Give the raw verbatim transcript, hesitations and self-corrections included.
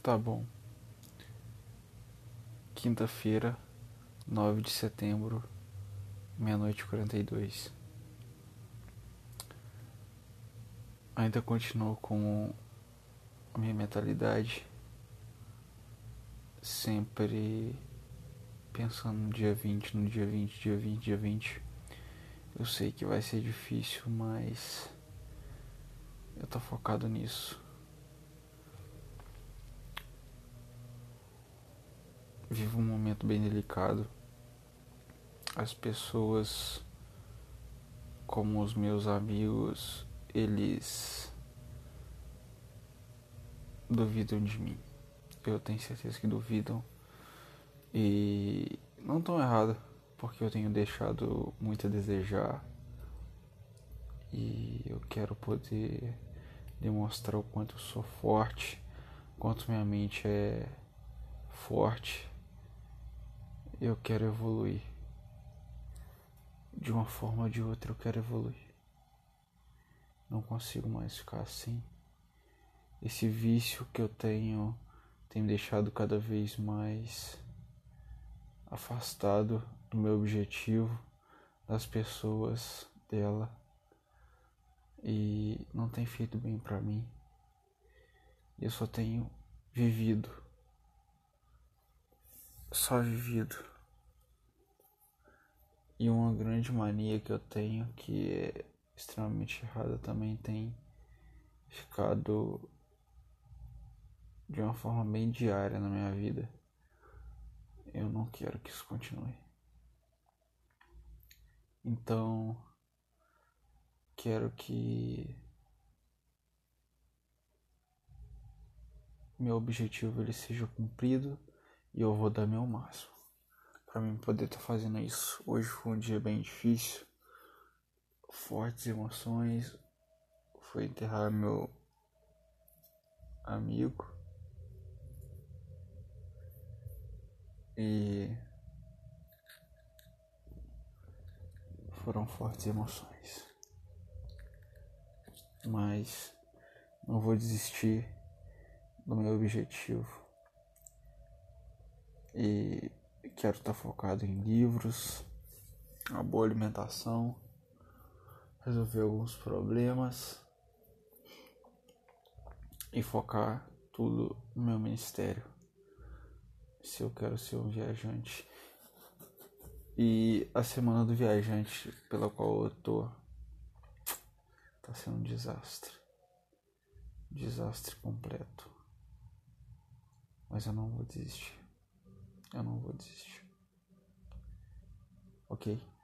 Tá bom. Quinta-feira, nove de setembro, meia-noite e quarenta e dois. Ainda continuo com a minha mentalidade sempre pensando no dia vinte, no dia vinte, dia vinte, dia vinte. Eu sei que vai ser difícil, mas eu tô focado nisso. Vivo um momento bem delicado. As pessoas, como os meus amigos, eles duvidam de mim. Eu tenho certeza que duvidam. E não tão errado, porque eu tenho deixado muito a desejar. E eu quero poder demonstrar o quanto eu sou forte, quanto minha mente é forte. Eu quero evoluir. De uma forma ou de outra eu quero evoluir. Não consigo mais ficar assim. Esse vício que eu tenho tem me deixado cada vez mais afastado do meu objetivo, das pessoas, dela. E não tem feito bem pra mim. Eu só tenho vivido. Só vivido. E uma grande mania que eu tenho, que é extremamente errada, também tem ficado de uma forma bem diária na minha vida. Eu não quero que isso continue. Então, quero que meu objetivo ele seja cumprido e eu vou dar meu máximo para mim poder estar tá fazendo isso. Hoje foi um dia bem difícil, fortes emoções. Foi enterrar meu amigo e foram fortes emoções, mas não vou desistir do meu objetivo e quero estar focado em livros, uma boa alimentação, resolver alguns problemas e focar tudo no meu ministério. Se eu quero ser um viajante. E a semana do viajante pela qual eu tô tá sendo um desastre. Desastre completo. Mas eu não vou desistir. Eu não vou desistir. Ok?